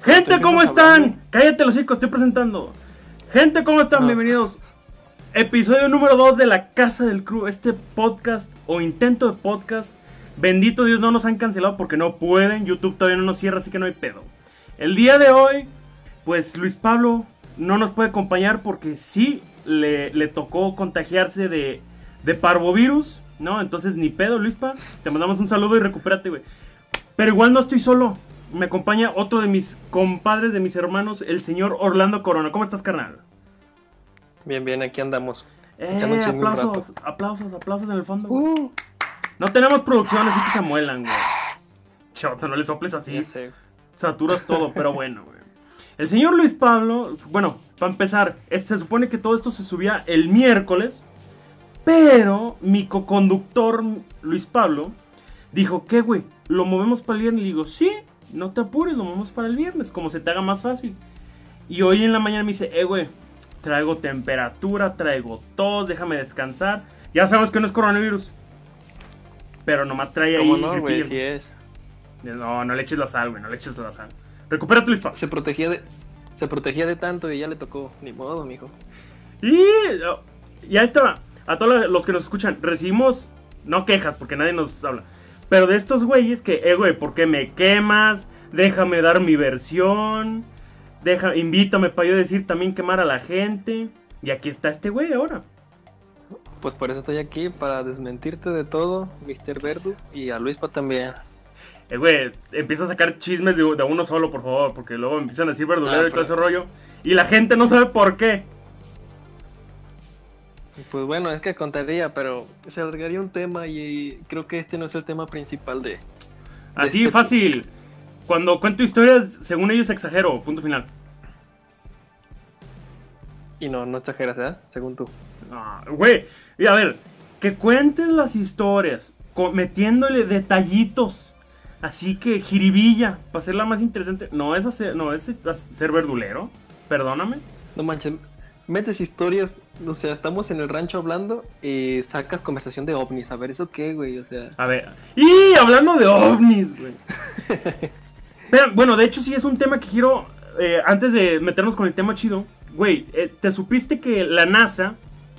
Gente, ¿cómo están? Cállate los hijos, estoy presentando. Gente, ¿cómo están? Bienvenidos. Episodio número 2 de La Casa del Crew. Este podcast o intento de podcast. Bendito Dios, no nos han cancelado porque no pueden. YouTube todavía no nos cierra, así que no hay pedo. El día de hoy, pues Luis Pablo no nos puede acompañar porque sí le tocó contagiarse de parvovirus, ¿no? Entonces ni pedo, Luispa. Te mandamos un saludo y recupérate, güey. Pero igual no estoy solo. Me acompaña otro de mis compadres, de mis hermanos, el señor Orlando Corona. ¿Cómo estás, carnal? Bien, bien, aquí andamos. Aplausos en el fondo. No tenemos producción, así que se muelan, güey. Chota, no le soples así. Saturas todo, pero bueno, güey. El señor Luis Pablo, bueno, para empezar, se supone que todo esto se subía el miércoles, pero mi coconductor, Luis Pablo, dijo, ¿qué, güey? ¿Lo movemos para el viernes? Y le digo, sí, no te apures, lo movemos para el viernes, como se te haga más fácil. Y hoy en la mañana me dice, güey, traigo temperatura, traigo tos, déjame descansar. Ya sabemos que no es coronavirus, pero nomás trae ahí. ¿Cómo no, güey? Sí es. No le eches la sal, güey, no le eches la sal. Recupérate, Luis Pablo. Se protegía de tanto y ya le tocó. Ni modo, mijo. Y ya está. A todos los que nos escuchan, recibimos, no quejas, porque nadie nos habla, pero de estos güeyes que, güey, ¿por qué me quemas? Déjame dar mi versión. Invítame para yo decir también quemar a la gente. Y aquí está este güey ahora. Pues por eso estoy aquí, para desmentirte de todo, Mr. Verdu, y a Luispa también. Güey, empieza a sacar chismes de uno solo, por favor, porque luego empiezan a decir verdulero y todo ese rollo. Y la gente no sabe por qué. Pues bueno, es que contaría, pero se alargaría un tema y creo que este no es el tema principal de así fácil. Cuando cuento historias, según ellos exagero, punto final. Y no exageras, ¿eh? Según tú. Güey, y a ver, que cuentes las historias metiéndole detallitos. Así que jiribilla, para hacerla más interesante. No es ser verdulero, perdóname. No manches, metes historias, o sea, estamos en el rancho hablando y sacas conversación de ovnis. A ver, ¿eso qué, güey? O sea... A ver, y hablando de ovnis, güey. Pero, bueno, de hecho sí es un tema que quiero, antes de meternos con el tema chido. Güey, ¿te supiste que la NASA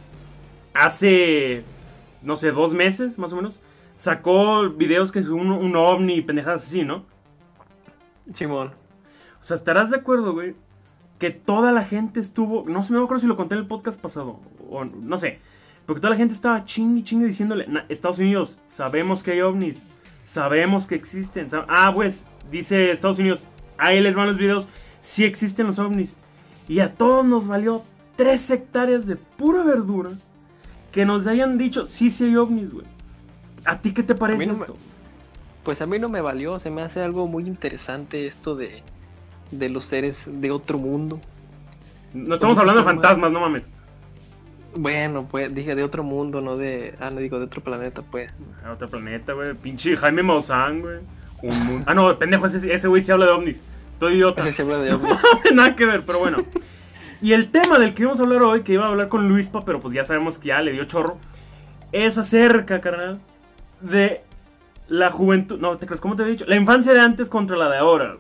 hace, no sé, 2 meses, más o menos, sacó videos que es un ovni y pendejadas así, ¿no? Simón. O sea, ¿estarás de acuerdo, güey? Que toda la gente estuvo... No sé, no me acuerdo si lo conté en el podcast pasado. O no sé. Porque toda la gente estaba chingue diciéndole... Estados Unidos, sabemos que hay ovnis. Sabemos que existen. Pues, dice Estados Unidos. Ahí les van los videos. Sí existen los ovnis. Y a todos nos valió 3 hectáreas de pura verdura. Que nos hayan dicho, sí hay ovnis, güey. ¿A ti qué te parece esto? Pues a mí no me valió. Se me hace algo muy interesante esto de los seres de otro mundo. No estamos hablando de fantasmas, no mames. Bueno, pues dije de otro mundo, no de... no digo de otro planeta, pues. De otro planeta, güey. Pinche Jaime Maussan, güey. No, pendejo, ese güey sí habla de ovnis. Estoy idiota. Ese sí habla de ovnis. Nada que ver, pero bueno. Y el tema del que íbamos a hablar hoy, que iba a hablar con Luispa, pero pues ya sabemos que ya le dio chorro, es acerca, carnal, de la juventud... No, ¿te crees? ¿Cómo te he dicho? La infancia de antes contra la de ahora.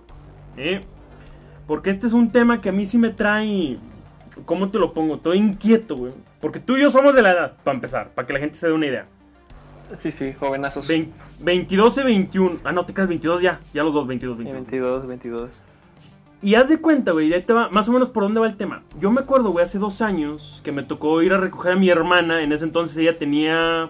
Porque este es un tema que a mí sí me trae... ¿Cómo te lo pongo? Estoy inquieto, güey. Porque tú y yo somos de la edad, para empezar, para que la gente se dé una idea. Sí, jovenazos. 22 y 21. No, te creas, 22 ya los dos, 22. Y haz de cuenta, güey, ya te va más o menos por dónde va el tema. Yo me acuerdo, güey, hace 2 años que me tocó ir a recoger a mi hermana. En ese entonces ella tenía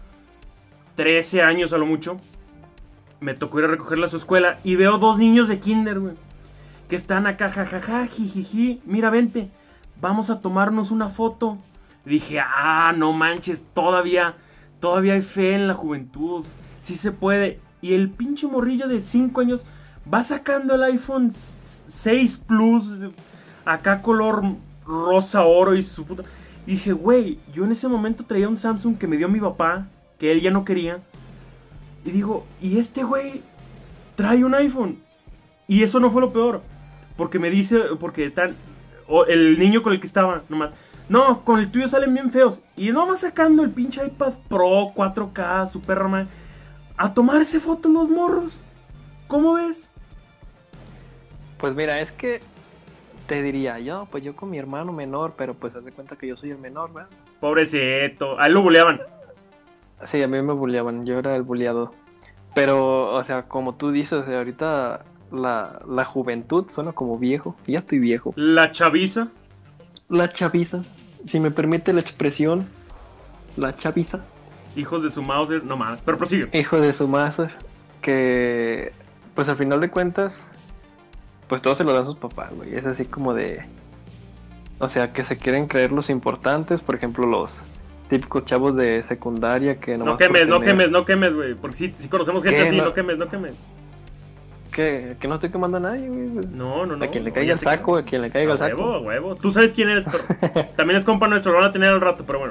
13 años a lo mucho. Me tocó ir a recogerla a su escuela y veo 2 niños de kinder, güey, que están acá, jajaja, jijiji, mira, vente, vamos a tomarnos una foto. Y dije, no manches, todavía hay fe en la juventud, sí se puede. Y el pinche morrillo de 5 años va sacando el iPhone 6 Plus, acá color rosa oro y su puta. Y dije, güey, yo en ese momento traía un Samsung que me dio mi papá, que él ya no quería. Y digo, ¿y este güey trae un iPhone? Y eso no fue lo peor. Porque me dice, porque están... el niño con el que estaba, nomás. No, con el tuyo salen bien feos. Y nomás sacando el pinche iPad Pro 4K, Superman, a tomarse fotos los morros. ¿Cómo ves? Pues mira, es que te diría yo, pues yo con mi hermano menor, pero pues haz de cuenta que yo soy el menor, ¿verdad? Pobrecito. A él lo buleaban. Sí, a mí me bulleaban, yo era el bulleado. Pero, o sea, como tú dices, o sea, ahorita la juventud suena como viejo, y ya estoy viejo. La chaviza. La chaviza, si me permite la expresión, la chaviza, Hijos de su Mauser. No mames. Pero prosigue. hijo de su masa, que pues al final de cuentas, pues todo se lo dan sus papás, güey. Es así como de, o sea, que se quieren creer los importantes, por ejemplo, los típicos chavos de secundaria que No nomás quemes, por no tener- quemes, no quemes, güey. Porque sí conocemos gente ¿Qué? así. No. No quemes, no quemes. Que no estoy quemando a nadie, güey. No. A quien le No, caiga ya el sé saco, que- a quien le caiga el A huevo, saco. a huevo. Tú sabes quién eres, pero también es compa nuestro. Lo van a tener al rato, pero bueno.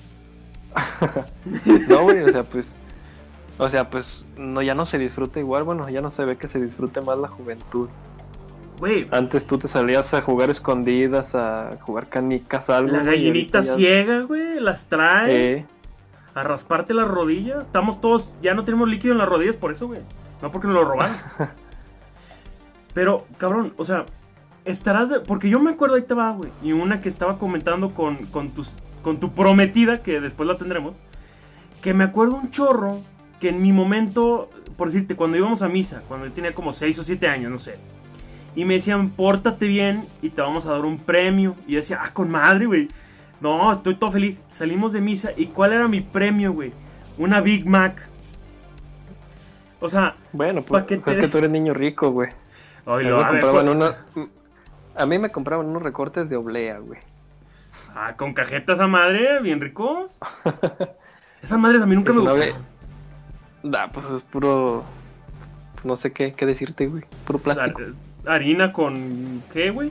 No, güey, o sea, pues no, ya no se disfruta igual, bueno, ya no se ve que se disfrute más la juventud. Güey, Antes tú te salías a jugar escondidas, a jugar canicas, algo. la güey, y gallinita ahorita ya- ciega, güey. Las traes. Eh, A rasparte las rodillas. Estamos todos, ya no tenemos líquido en las rodillas por eso, güey. No porque nos lo robaron. Pero, cabrón, o sea, estarás de... Porque yo me acuerdo, ahí te va, güey. Y una que estaba comentando con tu prometida, que después la tendremos. Que me acuerdo un chorro que en mi momento, por decirte, cuando íbamos a misa, cuando yo tenía como 6 o 7 años, no sé. Y me decían, pórtate bien y te vamos a dar un premio. Y yo decía, con madre, güey. No, estoy todo feliz. Salimos de misa. ¿Y cuál era mi premio, güey? Una Big Mac. O sea, bueno, Pa' pues que te- es que tú eres niño rico, güey. A mí oílo, me a ver, compraban pues- a mí me compraban unos recortes de oblea, güey. con cajetas a madre, bien ricos. Esas madres a mí nunca Pues me una gustaron. Pues es puro, no sé qué decirte, güey. Puro plástico, Harina con... ¿qué, güey?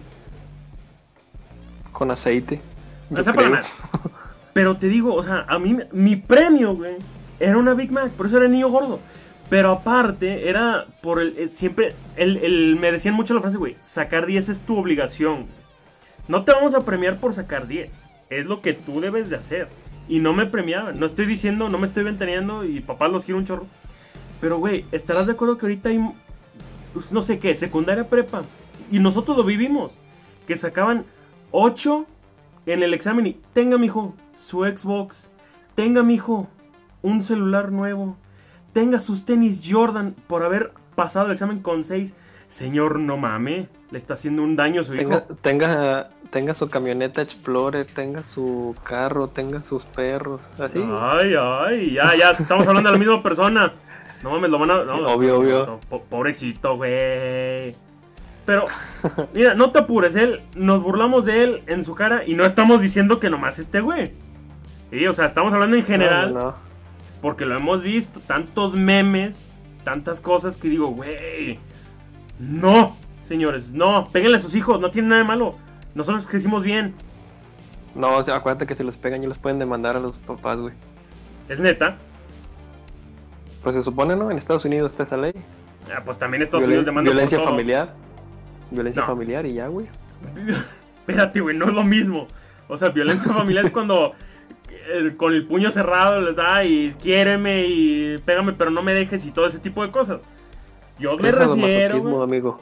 con aceite. No Yo sé para creo. nada. Pero te digo, o sea, a mí, mi premio, güey, era una Big Mac. Por eso era niño gordo. Pero aparte, era por el... siempre... me decían mucho la frase, güey. Sacar 10 es tu obligación. No te vamos a premiar por sacar 10. Es lo que tú debes de hacer. Y no me premiaban. No estoy diciendo, no me estoy ventaneando. Y papá los quiere un chorro. Pero, güey, ¿estarás de acuerdo que ahorita hay... pues, no sé qué, secundaria, prepa? Y nosotros lo vivimos. Que sacaban 8 en el examen y... tenga, mijo, su Xbox. Tenga, mijo, un celular nuevo. Tenga sus tenis Jordan por haber pasado el examen con 6. Señor, no mame. Le está haciendo un daño a su hijo. Tenga su camioneta Explorer, tenga su carro, tenga sus perros, así. Ay, ya, estamos hablando de la misma persona. No mames, lo van a... no, Obvio. Pobrecito, güey. Pero, mira, no te apures, nos burlamos de él en su cara y no estamos diciendo que nomás este güey. Sí, o sea, estamos hablando en general, No. porque lo hemos visto, tantos memes, tantas cosas que digo, güey, no, señores, no, péguenle a sus hijos, no tiene nada de malo. Nosotros crecimos bien, No, o sea, acuérdate que si los pegan ya los pueden demandar a los papás, güey. es neta. Pues se supone, ¿no? En Estados Unidos está esa ley. Pues también Estados Unidos demanda por Violencia todo. familiar. Violencia No. familiar y ya, güey. Espérate, güey, no es lo mismo. O sea, violencia familiar es cuando con el puño cerrado les da y quiéreme y pégame, pero no me dejes y todo ese tipo de cosas. Yo me Es refiero, sadomasoquismo, güey, amigo.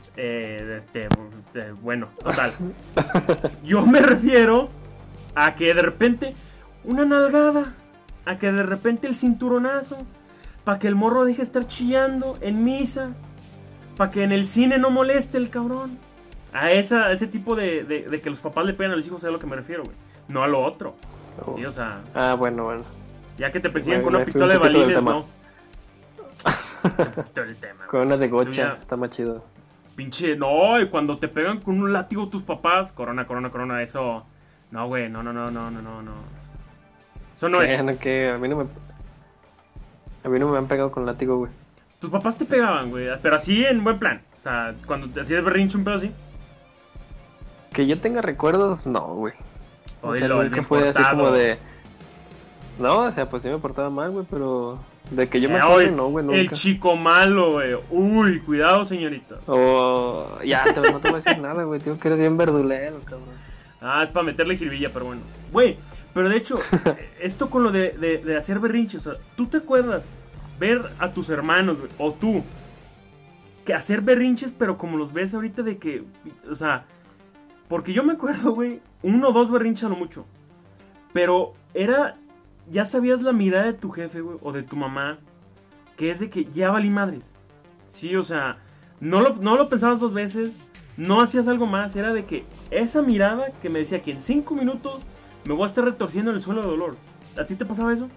bueno, total. Yo me refiero a que de repente una nalgada, a que de repente el cinturonazo, para que el morro deje de estar chillando en misa, para que en el cine no moleste el cabrón. A ese tipo de que los papás le pegan a los hijos es a lo que me refiero, güey. No a lo otro. Oh. Sí, o sea, Bueno. ya que te Sí, persiguen me- con una me fui pistola de un poquito del balines, tema. no. Todo el tema, Con una de gocha, Ya. está más chido. Pinche, no, y cuando te pegan con un látigo tus papás, corona, eso. No, güey, no. Eso no es. Que a mí no me han pegado con látigo, güey. Tus papás te pegaban, güey, pero así en buen plan. O sea, cuando te hacías berrinche un pedo así. Que yo tenga recuerdos, no, güey. O sea, Oílo, el nunca bien fue así portado. como de... No, o sea, pues sí me portaba mal, güey, pero... De que yo me Oye, acuerdo, no, güey, nunca. el chico malo, güey. Uy, cuidado, señorita. Ya, no te voy a decir nada, güey. Tío, que eres bien verdulero, cabrón. Ah, es para meterle jiribilla, pero bueno. Güey, pero de hecho, esto con lo de hacer berrinches, o sea, ¿tú te acuerdas ver a tus hermanos, güey, o tú, que hacer berrinches, pero como los ves ahorita de que, o sea, porque yo me acuerdo, güey, 1 o 2 berrinches a lo mucho, pero era, ya sabías la mirada de tu jefe, güey, o de tu mamá, que es de que ya valí madres, sí, o sea, no lo pensabas 2 veces, no hacías algo más, era de que esa mirada que me decía que en 5 minutos me voy a estar retorciendo en el suelo de dolor. ¿A ti te pasaba eso?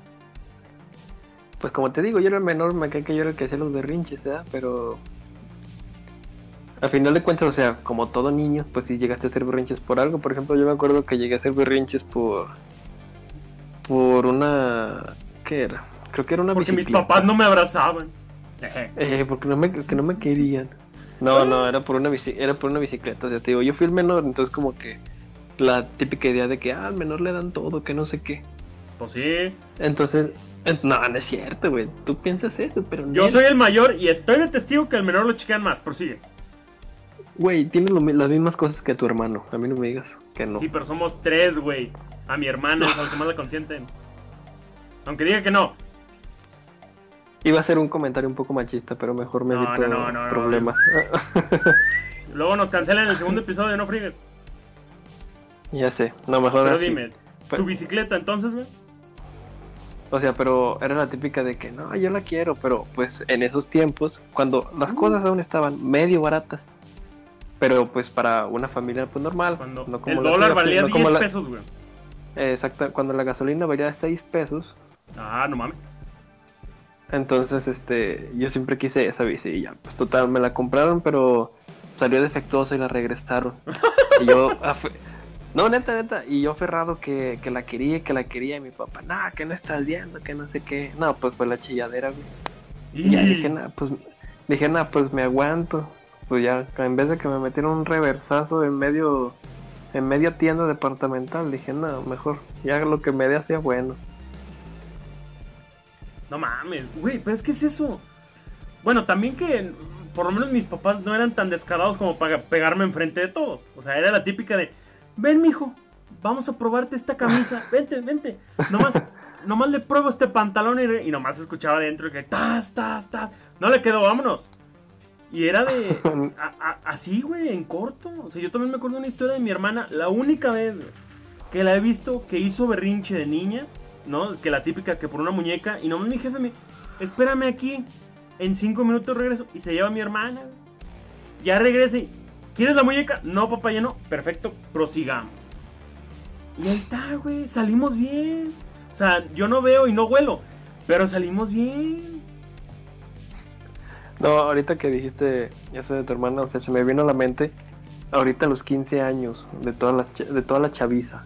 Pues como te digo, yo era el menor, me cae que yo era el que hacía los berrinches, ¿verdad? Pero al final de cuentas, o sea, como todo niño, pues sí llegaste a hacer berrinches por algo. Por ejemplo, yo me acuerdo que llegué a hacer berrinches por una... ¿Qué era? Creo que era una Porque bicicleta. mis papás no me abrazaban. Porque no me querían. No, era por una bicicleta. O sea, te digo, yo fui el menor, entonces como que la típica idea de que al menor le dan todo, que no sé qué. Pues sí. Entonces, no es cierto, güey. Tú piensas eso, pero Yo soy el mayor y estoy de testigo que al menor lo chiquean más. Prosigue. Güey, tienes las mismas cosas que tu hermano. A mí no me digas que no. Sí, pero somos 3, güey. A mi hermana es la que más la consienten. Aunque diga que no. Iba a hacer un comentario un poco machista, pero mejor me evito problemas. Luego nos cancelan el segundo episodio, no frigues. Ya sé, no, mejor Pero así. dime, ¿tu bicicleta entonces, güey? O sea, pero era la típica de que no, yo la quiero, pero pues en esos tiempos, cuando las cosas aún estaban medio baratas, pero pues para una familia pues normal. Cuando no como el dólar valía no 10 pesos, güey. Exacto, cuando la gasolina valía 6 pesos. Ah, no mames. Entonces, yo siempre quise esa bici y ya, pues total, me la compraron, pero salió defectuosa y la regresaron. Y yo, no, neta, y yo aferrado que la quería, y mi papá, nah, que no estás viendo, que no sé qué. No, pues fue la chilladera, güey. Y ya dije, nah, pues me aguanto. Pues ya, en vez de que me metieran un reversazo en media tienda departamental, dije, no, mejor, ya lo que me dé sea bueno. No mames, güey, pero es que es eso. Bueno, también que por lo menos mis papás no eran tan descarados como para pegarme enfrente de todos. O sea, era la típica de, ven, mijo, vamos a probarte esta camisa, vente. Nomás le pruebo este pantalón y nomás escuchaba dentro que tas. No le quedó, vámonos. Y era de, así, güey, en corto. O sea, yo también me acuerdo de una historia de mi hermana, la única vez, güey, que la he visto que hizo berrinche de niña, ¿no? Que la típica que por una muñeca. Y nomás mi jefe espérame aquí, en 5 minutos regreso. Y se lleva a mi hermana, güey. Ya regrese. ¿Quieres la muñeca? No, papá, ya no. Perfecto, prosigamos. Y ahí está, güey, salimos bien. O sea, yo no veo y no huelo, pero salimos bien. No, ahorita que dijiste eso de tu hermana, o sea, se me vino a la mente ahorita los 15 años de toda la chaviza.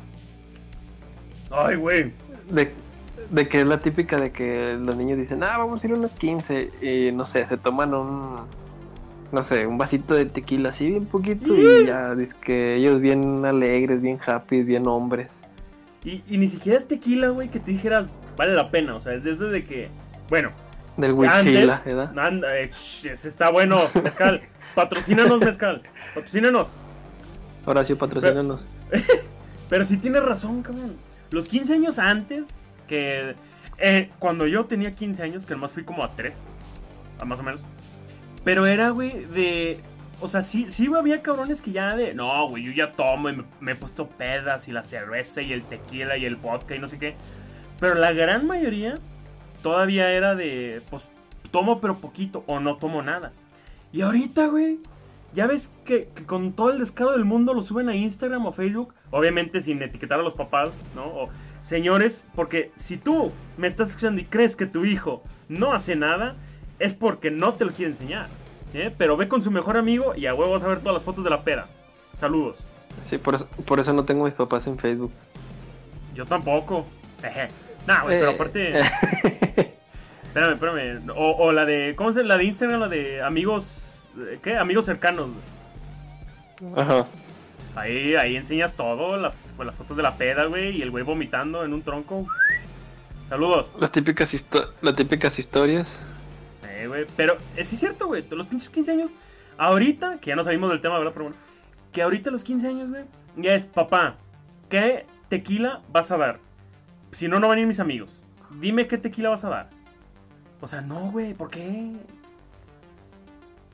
Ay, güey. De que es la típica de que los niños dicen, vamos a ir a unos 15 y no sé, se toman un vasito de tequila así bien poquito y ya, dice que ellos bien alegres, bien happy, bien hombres. Y ni siquiera es tequila, güey, que tú dijeras, vale la pena, o sea, es desde de que, bueno. Del Huitzila, ¿verdad? Ese está bueno, Mezcal. Patrocínanos, Mezcal. Patrocínanos. Horacio, patrocínanos. Pero sí tienes razón, cabrón. Los 15 años antes, que cuando yo tenía 15 años, que nomás fui como a 3, más o menos. Pero era, güey, de... O sea, sí había cabrones que ya de... No, güey, yo ya tomo y me he puesto pedas y la cerveza y el tequila y el vodka y no sé qué. Pero la gran mayoría todavía era de... Pues tomo pero poquito o no tomo nada. Y ahorita, güey, ya ves que con todo el descaro del mundo lo suben a Instagram o Facebook. Obviamente sin etiquetar a los papás, ¿no? O señores, porque si tú me estás escuchando y crees que tu hijo no hace nada, es porque no te lo quiere enseñar. Pero ve con su mejor amigo y a huevo vas a ver todas las fotos de la pera. Saludos. Sí, por eso no tengo mis papás en Facebook. Yo tampoco. Nah, güey, pero aparte... Espérame. O la de... ¿Cómo se llama? La de Instagram, la de amigos... ¿Qué? Amigos cercanos. Ajá. Ahí enseñas todo. Las fotos de la peda, güey. Y el güey vomitando en un tronco. Saludos. Las típicas historias. Güey. Pero sí es cierto, güey. Los pinches 15 años. Ahorita, que ya no salimos del tema, ¿verdad? Pero bueno. Que ahorita los 15 años, güey. Ya es, papá, ¿qué tequila vas a dar? Si no, no van a ir mis amigos. Dime qué tequila vas a dar. O sea, no, güey. ¿Por qué?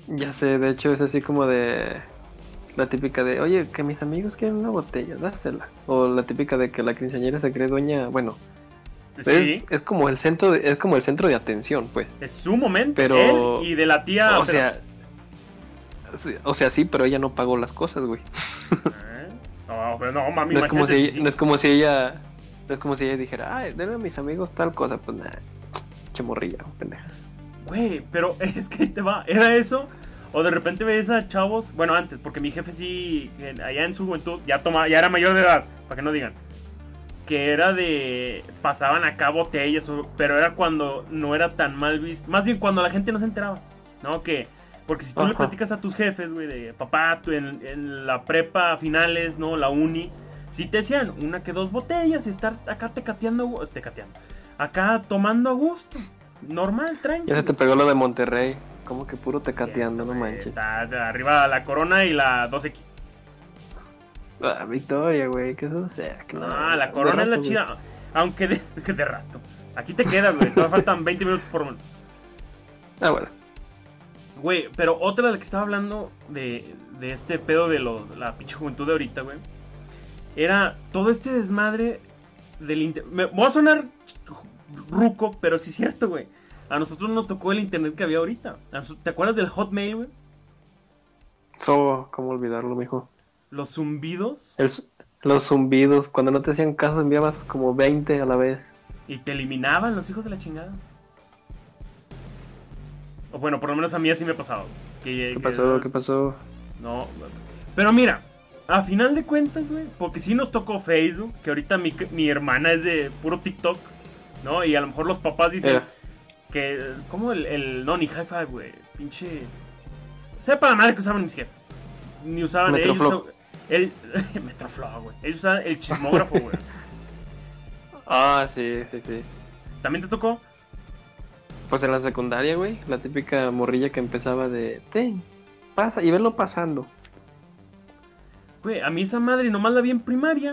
Ya sé, de hecho es así como de la típica de, oye, que mis amigos quieren una botella, dásela. O la típica de que la quinceañera se cree dueña, bueno, Sí, es como el centro es como el centro de atención, pues. es su momento. Pero, Él y de la tía. o sea, sí, o sea, sí, pero ella no pagó las cosas, güey. No, pero no, mami, No es como imagínate si, sí. no es como si ella, no es como si ella dijera, ay, denle a mis amigos tal cosa, pues nada, chemorrilla, pendeja. Güey, pero es que ahí te va. ¿Era eso? O de repente ves a chavos. Bueno, antes, porque mi jefe sí, allá en su juventud, ya era mayor de edad, para que no digan. Que era de. Pasaban acá botellas, pero era cuando no era tan mal visto. Más bien cuando la gente no se enteraba, ¿no? Porque si tú le Ajá. platicas a tus jefes, güey, de papá, tú en la prepa finales, ¿no? La uni, sí te decían una que dos botellas y estar acá tecateando. Acá tomando a gusto. Normal, Ya tranquilo. se te pegó lo de Monterrey, como que puro tecateando, no manches. Está arriba la Corona y la 2X. Ah, Victoria, güey, que eso sea. Que Ah, la Corona es la chida. Aunque de rato. Aquí te quedas, güey. Todavía faltan 20 minutos por lo menos. Ah, bueno. Güey, pero otra de la que estaba hablando de este pedo de la pinche juventud de ahorita, güey. Era todo este desmadre del internet. Me voy a sonar ruco, pero sí es cierto, güey. A nosotros nos tocó el internet que había ahorita. ¿Te acuerdas del Hotmail, güey? ¿Cómo olvidarlo, mijo? Los zumbidos. Los zumbidos, cuando no te hacían caso enviabas como 20 a la vez. Y te eliminaban los hijos de la chingada. O bueno, por lo menos a mí así me ha pasado. ¿Qué pasó? ¿Qué pasó? No. Pero mira, a final de cuentas, güey, porque sí nos tocó Facebook, que ahorita mi hermana es de puro TikTok, ¿no? Y a lo mejor los papás dicen que... ¿Cómo no, ni hi-fi, güey? Pinche... Sepa la madre que usaban mis jefes. Ni usaban Metroflog. ellos... Metroflog, güey. Ellos usaban el chismógrafo, güey. Ah, sí, sí, sí. ¿También te tocó? Pues en la secundaria, güey, la típica morrilla que empezaba de, ten, pasa, y verlo pasando. Güey, a mí esa madre nomás la vi en primaria.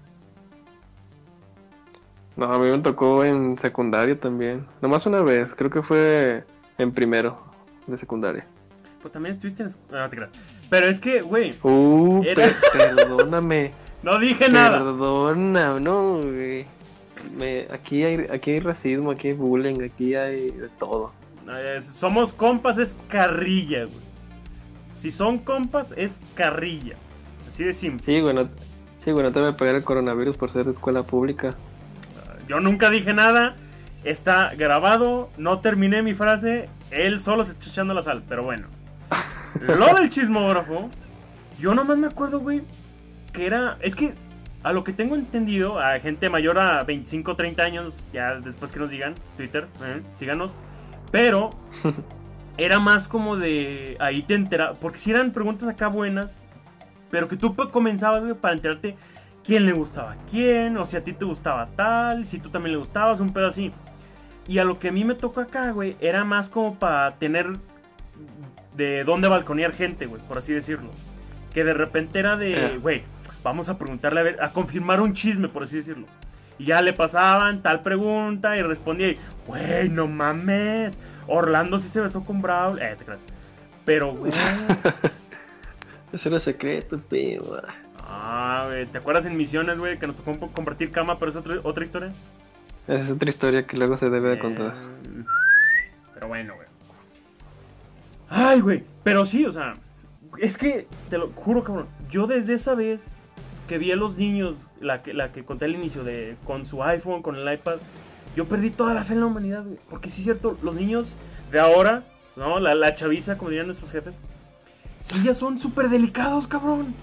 No, a mí me tocó en secundaria también. Nomás una vez, creo que fue en primero de secundaria. Pues también estuviste en... No, te creas. Pero es que, güey... Perdóname. No dije nada. Perdona, no, güey. Aquí hay racismo, aquí hay bullying, aquí hay de todo. Somos compas, es carrilla, güey. Si son compas, es carrilla. Así de simple. Sí, güey, no te voy a pegar el coronavirus por ser de escuela pública. Yo nunca dije nada. Está grabado. No terminé mi frase. Él solo se está echando la sal. Pero bueno. Lo del chismógrafo. Yo nomás me acuerdo, güey, que era... Es que, a lo que tengo entendido, a gente mayor a 25, 30 años, ya después que nos digan, Twitter, síganos. Pero era más como de... Ahí te enterabas. Porque si eran preguntas acá buenas, pero que tú comenzabas, güey, para enterarte quién le gustaba a quién, o si a ti te gustaba tal, si tú también le gustabas, un pedo así. Y a lo que a mí me tocó acá, güey, era más como para tener de dónde balconear gente, güey, por así decirlo. Que de repente era de, güey, vamos a preguntarle, a ver, a confirmar un chisme, por así decirlo. Y ya le pasaban tal pregunta y respondía, y, güey, no mames, Orlando sí se besó con Brawl. Te creas. Pero, güey. Eso era secreto, pero... Ah, güey, ¿te acuerdas en Misiones, güey, que nos tocó compartir cama, pero es otra historia? Esa es otra historia que luego se debe de contar. Pero bueno, güey. Ay, güey, pero sí, o sea, es que, te lo juro, cabrón, yo desde esa vez que vi a los niños, la que conté al inicio, con su iPhone, con el iPad, yo perdí toda la fe en la humanidad, güey. Porque sí es cierto, los niños de ahora, ¿no? La chaviza, como dirían nuestros jefes, sí ya son súper delicados, cabrón.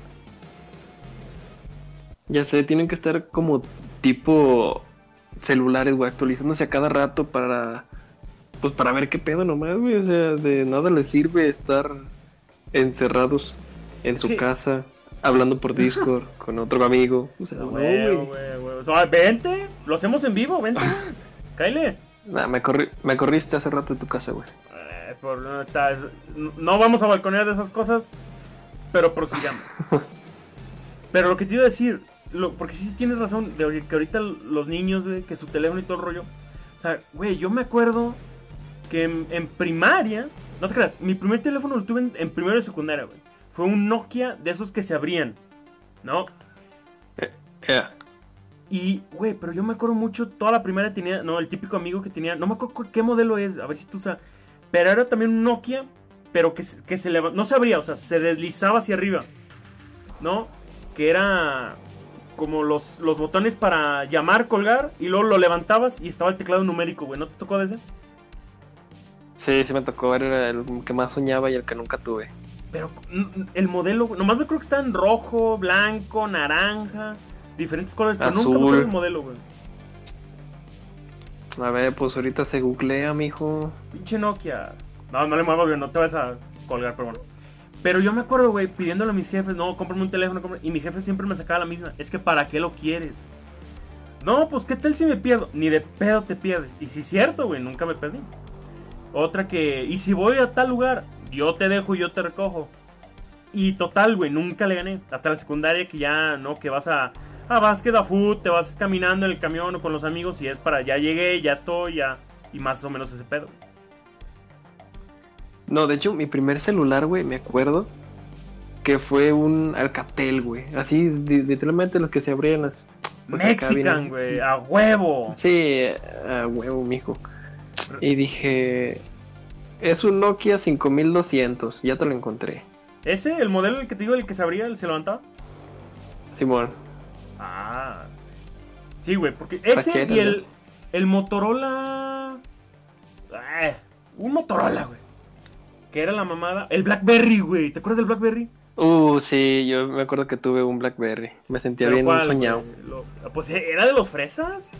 Ya sé, tienen que estar como tipo celulares, güey, actualizándose a cada rato para... Pues para ver qué pedo nomás, güey. O sea, de nada les sirve estar encerrados en su casa, hablando por Discord con otro amigo. O sea, no, güey. O sea, vente, lo hacemos en vivo, vente, güey. Cáile. Nah, me corriste hace rato de tu casa, güey. No vamos a balconear de esas cosas, pero prosigamos. Pero lo que te iba a decir, porque sí tienes razón, de que ahorita los niños, güey, que su teléfono y todo el rollo. O sea, güey, yo me acuerdo que en primaria, No te creas, mi primer teléfono lo tuve en primero de secundaria, güey. Fue un Nokia de esos que se abrían, ¿no? Yeah. Y, güey, pero yo me acuerdo mucho, toda la primera tenía, no, el típico amigo que tenía, no me acuerdo qué modelo es, a ver si tú sabes. Pero era también un Nokia, pero que se levantaba, no se abría, o sea, se deslizaba hacia arriba, ¿no? Que era como los botones para llamar, colgar, y luego lo levantabas y estaba el teclado numérico, güey. ¿No te tocó de ese? Sí, sí me tocó, era el que más soñaba y el que nunca tuve. Pero el modelo, nomás me creo que está en rojo, blanco, naranja, diferentes colores, pero Azul. nunca me acuerdo el modelo, güey. A ver, pues ahorita se googlea, mijo. Pinche Nokia. No, no le muevas, güey, no te vas a colgar, pero bueno. Pero yo me acuerdo, güey, pidiéndole a mis jefes, no, cómprame un teléfono, y mi jefe siempre me sacaba la misma. Es que ¿para qué lo quieres? No, pues ¿qué tal si me pierdo? Ni de pedo te pierdes. Y sí es cierto, güey, nunca me perdí. Otra que, y si voy a tal lugar, yo te dejo y yo te recojo. Y total, güey, nunca le gané. Hasta la secundaria que ya, ¿no? Que vas a básquet, a fútbol, te vas caminando en el camión o con los amigos y es para, ya llegué, ya estoy, ya. Y más o menos ese pedo. No, de hecho, mi primer celular, güey, me acuerdo que fue un Alcatel, güey. Así, literalmente los que se abrían las... pues, Mexican, güey, a huevo. Sí, a huevo, mijo. Y dije, es un Nokia 5200, ya te lo encontré. ¿Ese, el modelo el que te digo, el que se abría, el se levantaba? Simón. Ah. Sí, güey, porque ese Pachera, y ¿no? el Motorola... un Motorola, güey. Que era la mamada. El BlackBerry, güey. ¿Te acuerdas del BlackBerry? Sí, yo me acuerdo que tuve un BlackBerry. Me sentía ¿Pero bien cuál, soñado. güey? Pues era de los fresas.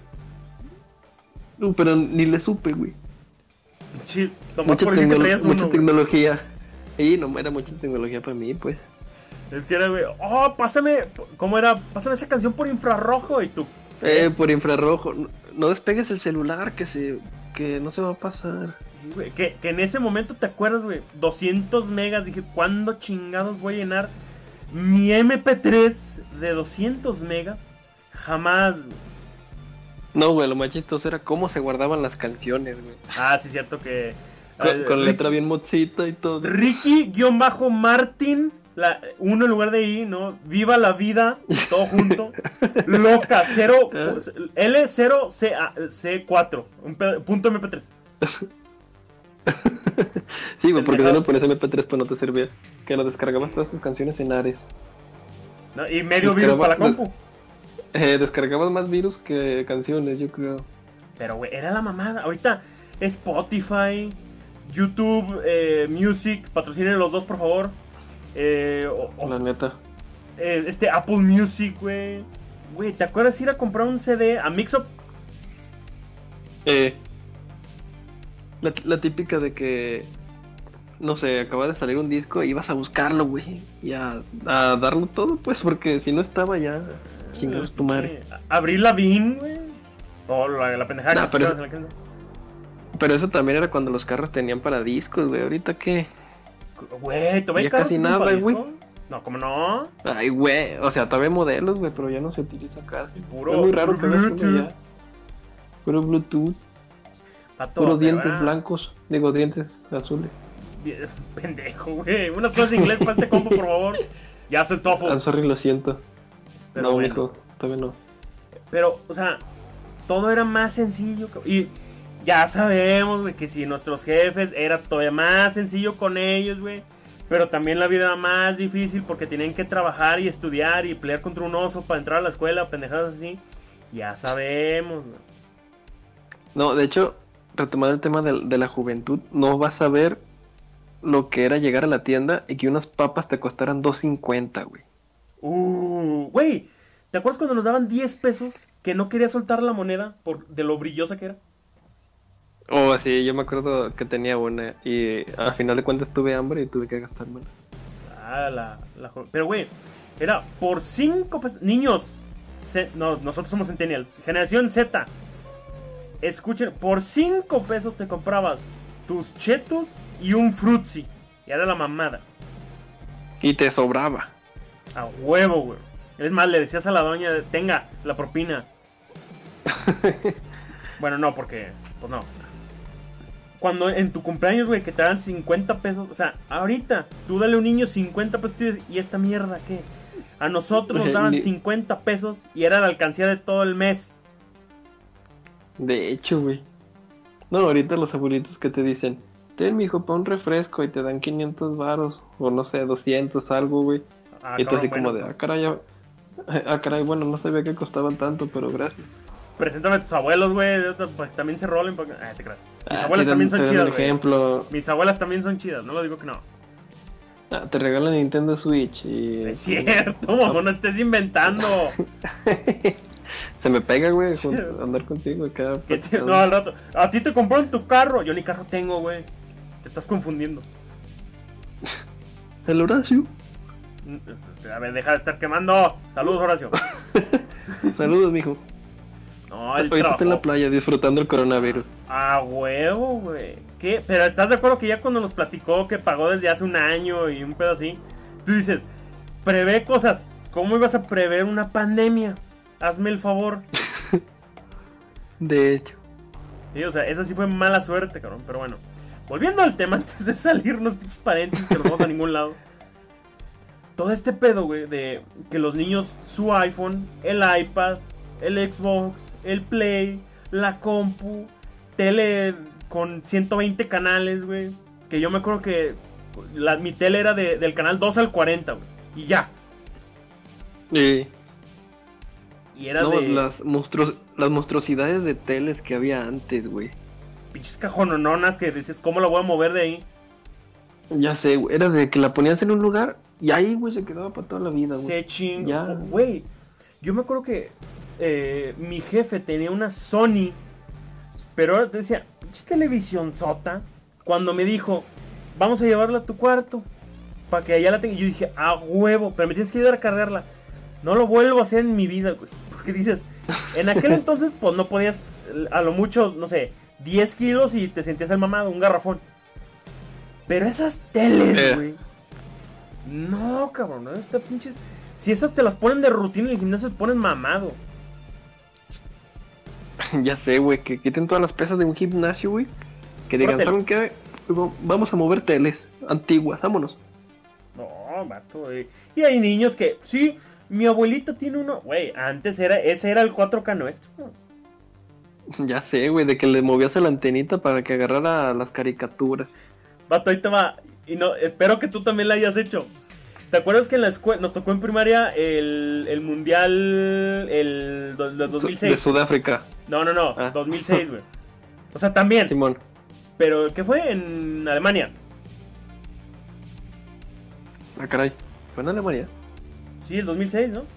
Pero ni le supe, güey. Sí, nomás por decir que traías uno, mucha güey. tecnología. Y no era mucha tecnología para mí, pues. Es que era, güey. Oh, pásame. ¿Cómo era? Pásame esa canción por infrarrojo. Y tú. Por infrarrojo. No despegues el celular, que no se va a pasar. Güey, que en ese momento, ¿te acuerdas, güey? 200 megas. Dije, ¿cuándo chingados voy a llenar mi MP3 de 200 megas? Jamás, güey. No, güey, lo más chistoso era cómo se guardaban las canciones, güey. Ah, sí, cierto que... Con letra bien mozzita y todo. Ricky-Martin, uno en lugar de I, ¿no? Viva la vida, todo junto. Loca, 0, L0C4, punto MP3. Sí, güey, porque mejor. si no pones MP3 pues no te servía. Que lo descargabas todas tus canciones en Ares. ¿No? Y medio virus para la compu. Descargabas más virus que canciones, yo creo. Pero, güey, era la mamada. Ahorita Spotify, YouTube, Music, patrocinen los dos, por favor. La neta. Apple Music, güey. Güey, ¿te acuerdas ir a comprar un CD a Mixup? La típica de que, no sé, acaba de salir un disco y ibas a buscarlo, güey. Y a darlo todo, pues, porque si no estaba ya, chingados tu madre. Abril Lavigne, güey. O la pendejada Nah, que pero escuchabas en la Pero eso también era cuando los carros tenían para discos, güey. ¿Ahorita qué? Güey, ¿todavía Ya carros casi tienen nada, para güey. disco? No, ¿cómo no? Ay, güey. O sea, todavía hay modelos, güey, pero ya no se utiliza casi. Puro, Es muy raro que veas uno Bluetooth. ya. Puro Bluetooth. Pato, Puros de dientes verdad. blancos. Digo, dientes azules. Pendejo, güey. Unas cosas en inglés para este compo, por favor. Ya hace el tofu. I'm sorry, lo siento. Pero no, bueno. mijo, todavía no. Pero, o sea, todo era más sencillo. Y ya sabemos, güey, que si nuestros jefes era todavía más sencillo con ellos, güey. Pero también la vida era más difícil porque tenían que trabajar y estudiar y pelear contra un oso para entrar a la escuela, pendejadas así. Ya sabemos, güey. No, de hecho, retomando el tema de la juventud, no vas a ver lo que era llegar a la tienda y que unas papas te costaran $2.50, güey. Güey, ¿te acuerdas cuando nos daban 10 pesos que no quería soltar la moneda de lo brillosa que era? Oh, sí, yo me acuerdo que tenía una y al final de cuentas tuve hambre y tuve que gastármela. Pero, güey, era por 5 pesos. Niños, no, nosotros somos centennials, generación Z. Escuchen, por 5 pesos te comprabas tus chetos y un frutzi. Y era la mamada. Y te sobraba. A huevo, güey. Es más, le decías a la doña, tenga la propina. Bueno, no, porque, pues no. cuando en tu cumpleaños, güey, que te dan 50 pesos. O sea, ahorita, tú dale a un niño 50 pesos y dices, ¿y esta mierda qué? A nosotros nos daban 50 pesos y era la alcancía de todo el mes. De hecho, güey. No, ahorita los abuelitos que te dicen, ten, mijo, pa' un refresco, y te dan 500 varos, o no sé, 200, algo, güey. Y tú así como de, caray, bueno, no sabía que costaban tanto, pero gracias. Preséntame a tus abuelos, güey, pues también se rolen. Porque... te creas. Mis abuelas también son chidas, güey. Ejemplo. Mis abuelas también son chidas, no lo digo que no. Te regalan Nintendo Switch y... Es cierto, no estés inventando. Se me pega, güey, andar contigo acá. No, al rato. A ti te compraron tu carro. Yo ni carro tengo, güey. Te estás confundiendo. El Horacio. A ver, deja de estar quemando. Saludos, Horacio. Saludos, mijo. No, el ahorita trabajo. está en la playa disfrutando el coronavirus. Ah, huevo, güey. ¿Qué? Pero ¿estás de acuerdo que ya cuando nos platicó que pagó desde hace un año y un pedo así? Tú dices, prevé cosas. ¿Cómo ibas a prever una pandemia? Hazme el favor. De hecho. Sí, o sea, esa sí fue mala suerte, cabrón. Pero bueno, volviendo al tema antes de salirnos, pinches paréntesis que no vamos a ningún lado. Todo este pedo, güey, de que los niños, su iPhone, el iPad, el Xbox, el Play, la compu, tele con 120 canales, güey. Que yo me acuerdo que mi tele era del canal 2 al 40, güey. Y ya. Y era no, las monstruosidades de teles que había antes, güey. Pinches cajonononas que dices, ¿cómo la voy a mover de ahí? Ya sé, güey. Era de que la ponías en un lugar y ahí, güey, se quedaba para toda la vida, güey. Se chingó, güey. Yo me acuerdo que mi jefe tenía una Sony, pero ahora te decía, pinches televisión sota. Cuando me dijo, vamos a llevarla a tu cuarto para que allá la tenga. Y yo dije, a huevo, pero me tienes que ayudar a cargarla. No lo vuelvo a hacer en mi vida, güey. Porque dices, en aquel entonces, pues no podías, a lo mucho, no sé, 10 kilos y te sentías el mamado, un garrafón. Pero esas teles, güey. No, cabrón, ¿no? Estas pinches... Si esas te las ponen de rutina en el gimnasio, te ponen mamado. Ya sé, güey, que quiten todas las pesas de un gimnasio, güey. Que digan, ¿saben qué? Vamos a mover teles antiguas, vámonos. No, vato, güey. Y hay niños que, sí, mi abuelita tiene uno. Güey, antes ese era el 4K nuestro. Ya sé, güey, de que le movías a la antenita para que agarrara las caricaturas. Vato, ahí te va. Y no, espero que tú también la hayas hecho. ¿Te acuerdas que en la escuela nos tocó en primaria el mundial el 2006? De Sudáfrica. No, 2006, güey. O sea, también. Simón. Pero, ¿qué fue? En Alemania. Ah, caray. ¿Fue en Alemania? Sí, el 2006, ¿no?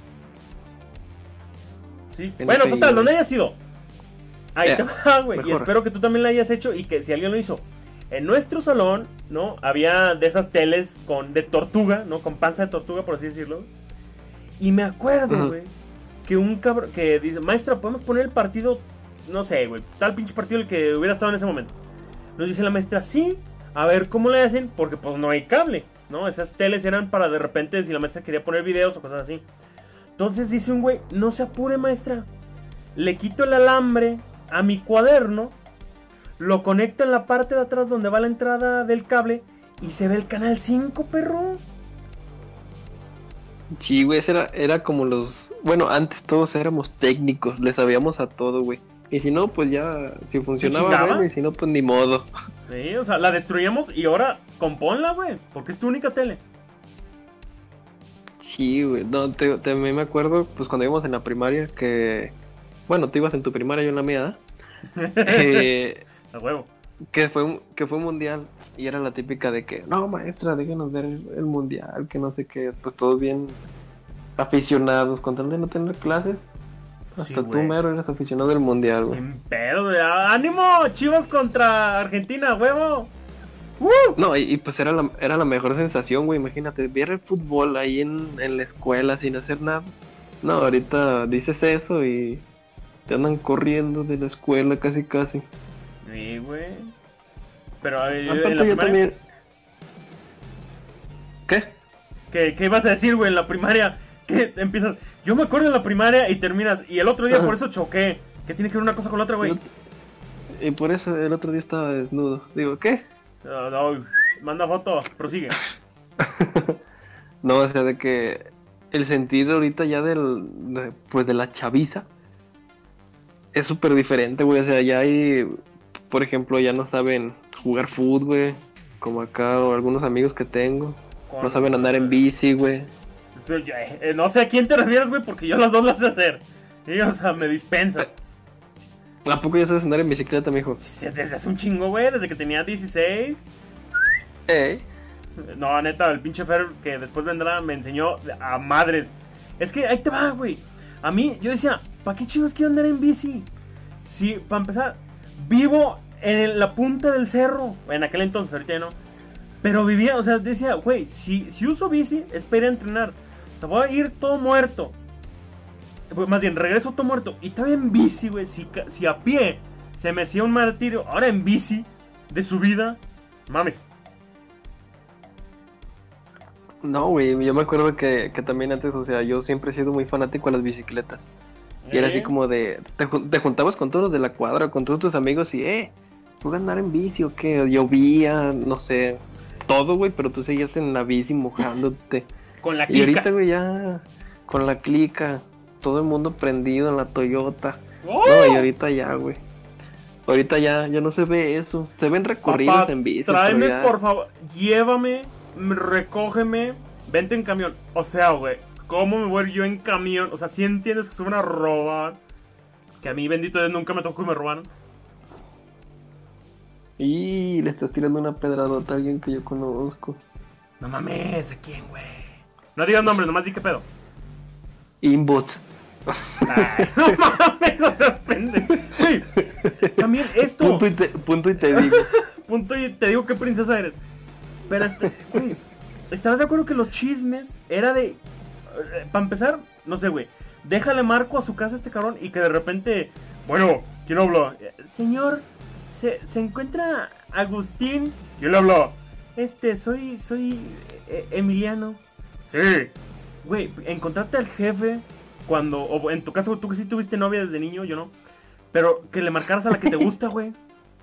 Sí. Bueno, total, donde haya sido. Ahí te va, güey. Y espero que tú también la hayas hecho y que si alguien lo hizo. En nuestro salón, ¿no? Había de esas teles de tortuga, ¿no? Con panza de tortuga, por así decirlo. Y me acuerdo, güey, que un cabrón que dice, maestra, ¿podemos poner el partido? No sé, güey, tal pinche partido el que hubiera estado en ese momento. Nos dice la maestra, sí, a ver, ¿cómo le hacen? Porque pues no hay cable, ¿no? Esas teles eran para de repente si la maestra quería poner videos o cosas así. Entonces dice un güey, no se apure, maestra. Le quito el alambre a mi cuaderno, lo conecto en la parte de atrás donde va la entrada del cable y se ve el canal 5, perro. Sí, güey, era como los... Bueno, antes todos éramos técnicos, le sabíamos a todo, güey. Y si no, pues ya, si funcionaba, bueno, y si no, pues ni modo. Sí, o sea, la destruíamos y ahora componla, güey, porque es tu única tele. Sí, güey, no, me acuerdo, pues cuando íbamos en la primaria que... Bueno, tú ibas en tu primaria, yo en la mía, A huevo. Que fue un mundial y era la típica de que, no, maestra, déjenos ver el mundial, que no sé qué, pues todos bien aficionados, con tal de no tener clases. Hasta sí, tú, mero, eres aficionado del mundial, güey. Sin pedo, güey. ¡Ánimo! Chivas contra Argentina, huevo. No, y pues era la mejor sensación, güey. Imagínate, ver el fútbol ahí en la escuela sin hacer nada. No, ahorita dices eso y te andan corriendo de la escuela casi. Sí, güey. Pero aparte yo también... ¿Qué? ¿Qué ibas a decir, güey, en la primaria? Que empiezas... Yo me acuerdo en la primaria y terminas... Y el otro día por eso choqué. ¿Qué tiene que ver una cosa con la otra, güey? Y por eso el otro día estaba desnudo. Digo, ¿qué? No, manda foto, prosigue. No, o sea, de que el sentir ahorita ya pues de la chaviza es súper diferente, güey. O sea, ya hay, por ejemplo, ya no saben jugar fútbol, güey. Como acá, o algunos amigos que tengo. No saben andar en bici, güey. No sé a quién te refieres, güey, porque yo las dos las sé hacer. Sí, o sea, me dispensas. ¿A poco ya sabes andar en bicicleta, mijo? Sí, desde hace un chingo, güey, desde que tenía 16. Ey. No, neta, el pinche Fer que después vendrá me enseñó a madres. Es que ahí te va, güey. A mí, yo decía, ¿para qué chingos quiero andar en bici? Sí, para empezar, vivo en la punta del cerro. En aquel entonces, ahorita ya no. Pero vivía, o sea, decía, güey, si uso bici es para ir a entrenar. O sea, voy a ir todo muerto. Más bien, regreso todo muerto. Y todavía en bici, güey. Si a pie se me hacía un martirio, ahora en bici, de subida, mames. No, güey, yo me acuerdo que también antes, o sea, yo siempre he sido muy fanático a las bicicletas. Y era así como de, te juntabas con todos los de la cuadra, con todos tus amigos y, ¿voy a andar en bici o qué? Llovía, no sé, todo, güey, pero tú seguías en la bici mojándote. Con la clica. Y ahorita, güey, ya, con la clica, todo el mundo prendido en la Toyota. ¡Oh! No, y ahorita ya, güey. Ahorita ya no se ve eso. Se ven recorridos Papá, en bici. tráeme, ya... por favor, llévame, recógeme, vente en camión. O sea, güey, ¿cómo me voy yo en camión? O sea, si entiendes que se van a robar. Que a mí, bendito Dios, nunca me tocó y me robaron. Y le estás tirando una pedradota a alguien que yo conozco. No mames, ¿a quién, güey? No digas nombres, nomás di qué pedo. Inbots. Ay, no mames, no seas pendejo. Güey, también esto. Punto y te digo. Punto y te digo qué princesa eres. Pero güey, ¿estarás de acuerdo que los chismes era de... para empezar, no sé, güey. Déjale marco a su casa a este cabrón y que de repente... Bueno, ¿quién habla? Señor, ¿se encuentra Agustín? ¿Quién le habla? Soy Emiliano. Sí. Güey, encontrarte al jefe cuando... O en tu caso, tú que sí tuviste novia desde niño, yo no. Pero que le marcaras a la que te gusta, güey.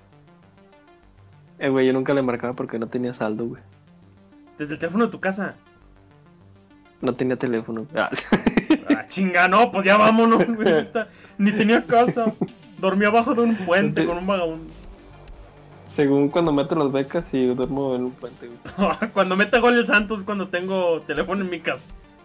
Güey, yo nunca le marcaba porque no tenía saldo, güey. Desde el teléfono de tu casa. No tenía teléfono. Ah, chinga, no, pues ya vámonos, güey. Ni tenía casa. Dormía abajo de un puente con un vagabundo. Según cuando meto las becas y duermo en un puente, güey. Cuando meta gol el Santos, cuando tengo teléfono en mi casa.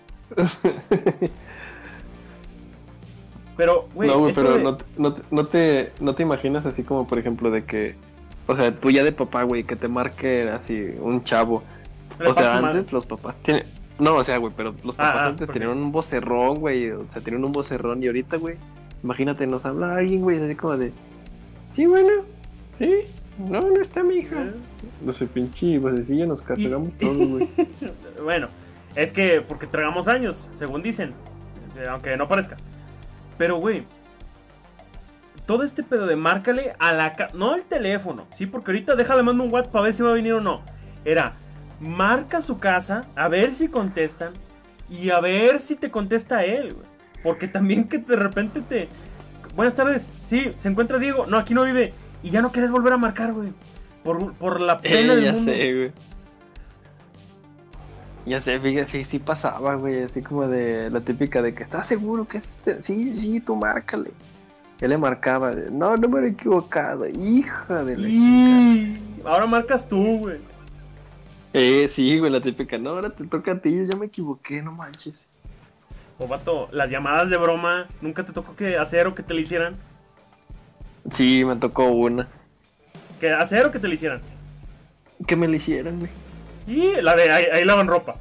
Pero, güey. No, güey, pero no te imaginas así como, por ejemplo, de que... O sea, tú ya de papá, güey, que te marque así un chavo. O sea, antes los papás tienen... No, o sea, güey, pero los papás antes tenían un vocerrón, güey. O sea, tenían un vocerrón y ahorita, güey, imagínate, nos habla alguien, güey, así como de... Sí, bueno, sí, no está mi hija. No sé, pinche vocecilla, nos cargamos todos, güey. Bueno, es que porque tragamos años, según dicen. Aunque no parezca. Pero, güey, todo este pedo de márcale a la no al teléfono, sí, porque ahorita déjale mando un WhatsApp para ver si va a venir o no. Era, marca su casa, a ver si contestan y a ver si te contesta él, güey. Porque también que de repente te... Buenas tardes, sí, ¿se encuentra Diego? No, aquí no vive. Y ya no quieres volver a marcar, güey. Por la pena del mundo. Ya sé, güey. Ya sé, fíjate, sí pasaba, güey, así como de la típica de que ¿estás seguro que es este? Sí, tú márcale. Él le marcaba, no me he equivocado, hija de la chica. Ahora marcas tú, güey. Sí, güey, la típica, no, ahora te toca a ti, yo ya me equivoqué, no manches. O vato, las llamadas de broma, ¿nunca te tocó que hacer o que te le hicieran? Sí, me tocó una. ¿Que hacer o que te le hicieran? Que me le hicieran, güey. Y la de ahí lavan ropa.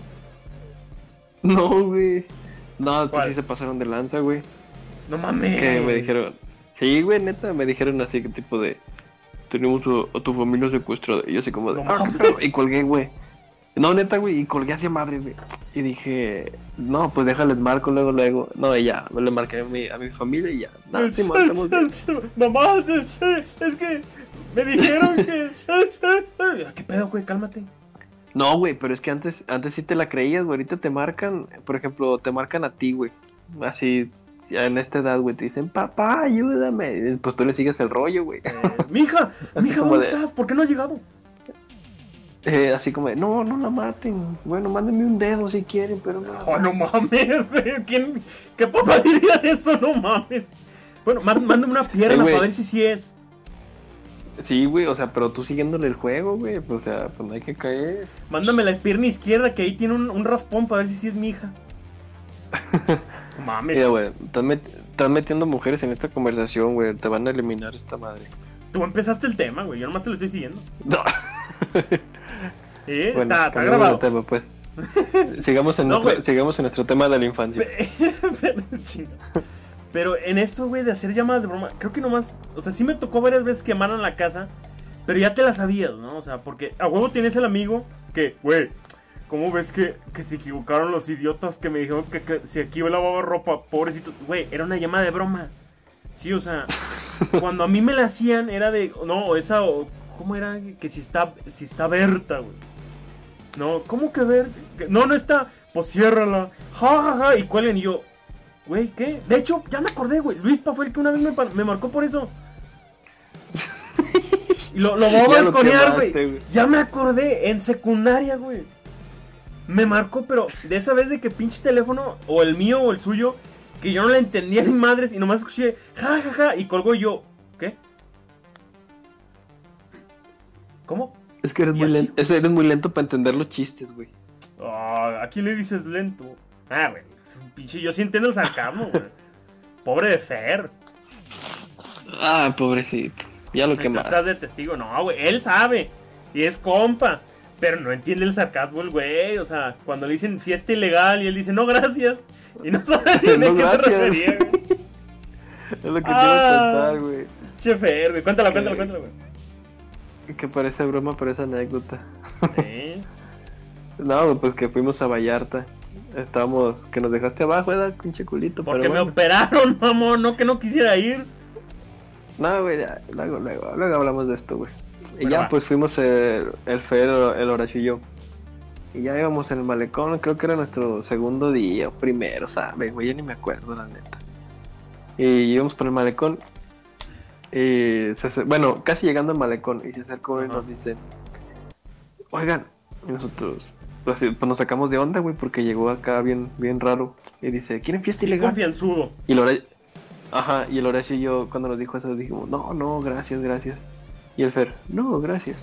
No, güey. No, pues sí se pasaron de lanza, güey. No mames. Que me dijeron, sí, güey, neta, me dijeron así, que tipo de, tenemos a tu familia secuestrada. Y yo así como de, y colgué, güey. No, neta, güey, y colgué hacia madre, güey. Y dije, no, pues déjales marco luego. No, y ya, le marqué a mi familia y ya. Nada, sí, marcamos bien. Mamá, es que me dijeron que... ¿Qué pedo, güey? Cálmate. No, güey, pero es que antes sí te la creías, güey. Ahorita te marcan, por ejemplo, te marcan a ti, güey. Así, en esta edad, güey, te dicen, papá, ayúdame. Pues tú le sigues el rollo, güey. Mija, como ¿dónde de- estás? ¿Por qué no has llegado? Así como de, no la maten. Bueno, mándenme un dedo si quieren, pero no. Oh, no mames, güey. ¿Qué papá dirías eso? No mames. Bueno, mándame una pierna güey. para ver si sí es. Sí, güey, o sea, pero tú siguiéndole el juego, güey. O sea, pues no hay que caer. Mándame la pierna izquierda que ahí tiene un raspón para ver si sí es mi hija. No mames. Mira, güey, estás metiendo mujeres en esta conversación, güey. Te van a eliminar esta madre. Tú empezaste el tema, güey. Yo nomás te lo estoy siguiendo. No. Bueno, Está cambiamos grabado. de tema, pues. Sigamos en, No, güey. sigamos en nuestro tema de la infancia. Chinga. Pero en esto, güey, de hacer llamadas de broma, creo que nomás, o sea, sí me tocó varias veces quemaron la casa, pero ya te la sabías, ¿no? O sea, porque a huevo tienes el amigo que, güey, ¿cómo ves que se equivocaron los idiotas que me dijeron que si aquí yo lavaba ropa, pobrecito? Güey, era una llamada de broma. Sí, o sea, cuando a mí me la hacían era de, no, esa, ¿cómo era? Que si está Berta, güey. No, ¿cómo que Berta? No está, pues ciérrala, ja, ja, ja, y cuelguen y yo... Güey, ¿qué? De hecho, ya me acordé, güey. Luispa fue el que una vez me marcó por eso. Y lo voy a Ya lo balconear, quemaste, güey. güey. Ya me acordé, en secundaria, güey. Me marcó, pero de esa vez de que pinche teléfono, o el mío o el suyo, que yo no le entendía ni madres y nomás escuché, ja, ja, ja, y colgó y yo, ¿qué? ¿Cómo? Es que eres Y muy así, lento. Eres muy lento para entender los chistes, güey. Ah, ¿a quién le dices lento? Ah, güey, es un pinche, yo sí entiendo el sarcasmo, güey. Pobre de Fer. Ah, pobrecito. Ya lo Me quemaste. estás de testigo, no, güey, él sabe. Y es compa. Pero no entiende el sarcasmo el güey. O sea, cuando le dicen fiesta ilegal y él dice no gracias. Y no sabe ni de No, qué se gracias. refería, güey. Es lo que te iba a Ah. contar, güey. Che Fer, güey. Cuéntala, Que- güey. Que parece broma, pero es anécdota. Sí. No, güey, pues que fuimos a Vallarta. Estábamos, que nos dejaste abajo, ¿verdad? Pinche culito. Porque pero me bueno. operaron, mamón. No que no quisiera ir. No, güey, ya, luego hablamos de esto, güey. Y Bueno, ya, va. pues fuimos el Fer, el Horacio y yo. Y ya íbamos en el malecón, creo que era nuestro segundo día o primero, ¿sabes? Güey, yo ni me acuerdo, la neta. Y íbamos por el malecón. Y bueno, casi llegando al malecón. Y se acercó uno y Ajá. nos dice: oigan, y nosotros pues nos sacamos de onda, güey, porque llegó acá bien raro. Y dice: ¿quieren fiesta ilegal? Confianzudo. Y el Horacio, ajá, y el Horacio y yo, cuando nos dijo eso, dijimos: no, gracias. Y el Fer: no, gracias.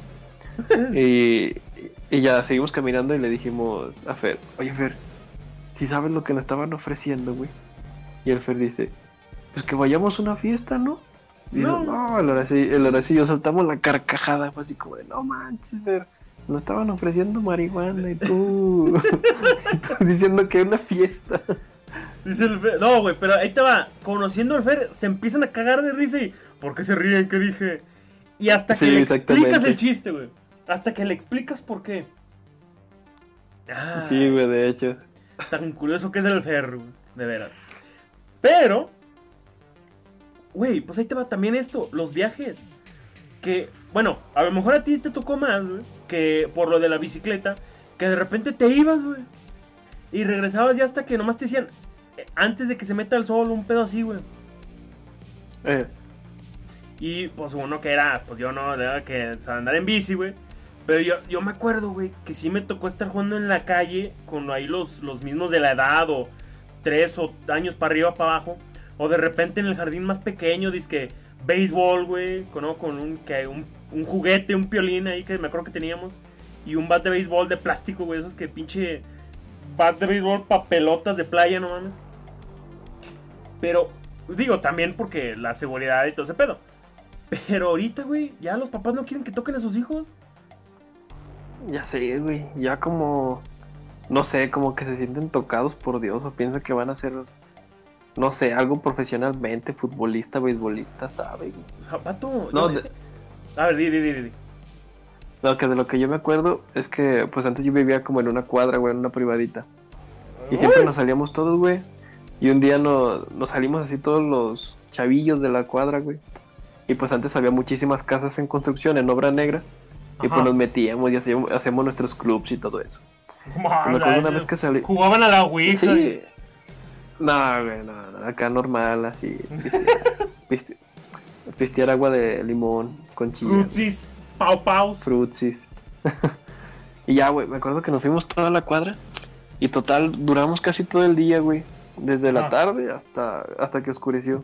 y ya seguimos caminando y le dijimos a Fer: oye, Fer, si sabes lo que nos estaban ofreciendo, güey. Y el Fer dice: pues que vayamos a una fiesta, ¿no? Y no, el Horacio y yo soltamos la carcajada, fue así como de: no manches, Fer, nos estaban ofreciendo marihuana y tú, y tú diciendo que era una fiesta. Dice el Fer. No, güey, pero ahí te va. Conociendo al Fer, se empiezan a cagar de risa y. ¿Por qué se ríen? ¿Qué dije? Y hasta que Sí, le exactamente. explicas el chiste, güey. Hasta que le explicas por qué. Ah, Sí, güey, de hecho. tan curioso que es el Fer, güey. De veras. Pero. Güey, pues ahí te va también esto. Los viajes. Que, bueno, a lo mejor a ti te tocó más, güey. Que por lo de la bicicleta. Que de repente te ibas, güey. Y regresabas ya hasta que nomás te decían. Antes de que se meta el sol, un pedo así, güey. Y pues uno que era, pues yo no, era que andar en bici, güey. Pero yo me acuerdo, güey, que sí me tocó estar jugando en la calle con ahí los mismos de la edad, o 3 años para arriba, para abajo. O de repente en el jardín más pequeño, dizque béisbol, güey, con un juguete, un piolín ahí que me acuerdo que teníamos. Y un bat de béisbol de plástico, güey, esos que pinche bat de béisbol pa' pelotas de playa, no mames. Pero, digo, también porque la seguridad y todo ese pedo. Pero ahorita, güey, ya los papás no quieren que toquen a sus hijos. Ya sé, güey, ya como, no sé, como que se sienten tocados por Dios o piensan que van a ser, no sé, algo profesionalmente, futbolista, beisbolista, ¿sabe? Pato, No, a ver, di. Lo que de lo que yo me acuerdo es que, pues antes yo vivía como en una cuadra, güey, en una privadita. Y siempre nos salíamos todos, güey. Y un día nos salimos así todos los chavillos de la cuadra, güey. Y pues antes había muchísimas casas en construcción, en obra negra. Y Ajá. pues nos metíamos y hacíamos nuestros clubs y todo eso. Y me acuerdo una vez que salí. Jugaban a la Ouija. Sí. No, güey, no, acá normal, así. Piste- pistear agua de limón con chile. Frutsis, pau paus. Frutsis. Y ya, güey, me acuerdo que nos fuimos toda la cuadra. Y total, duramos casi todo el día, güey. Desde la tarde hasta que oscureció.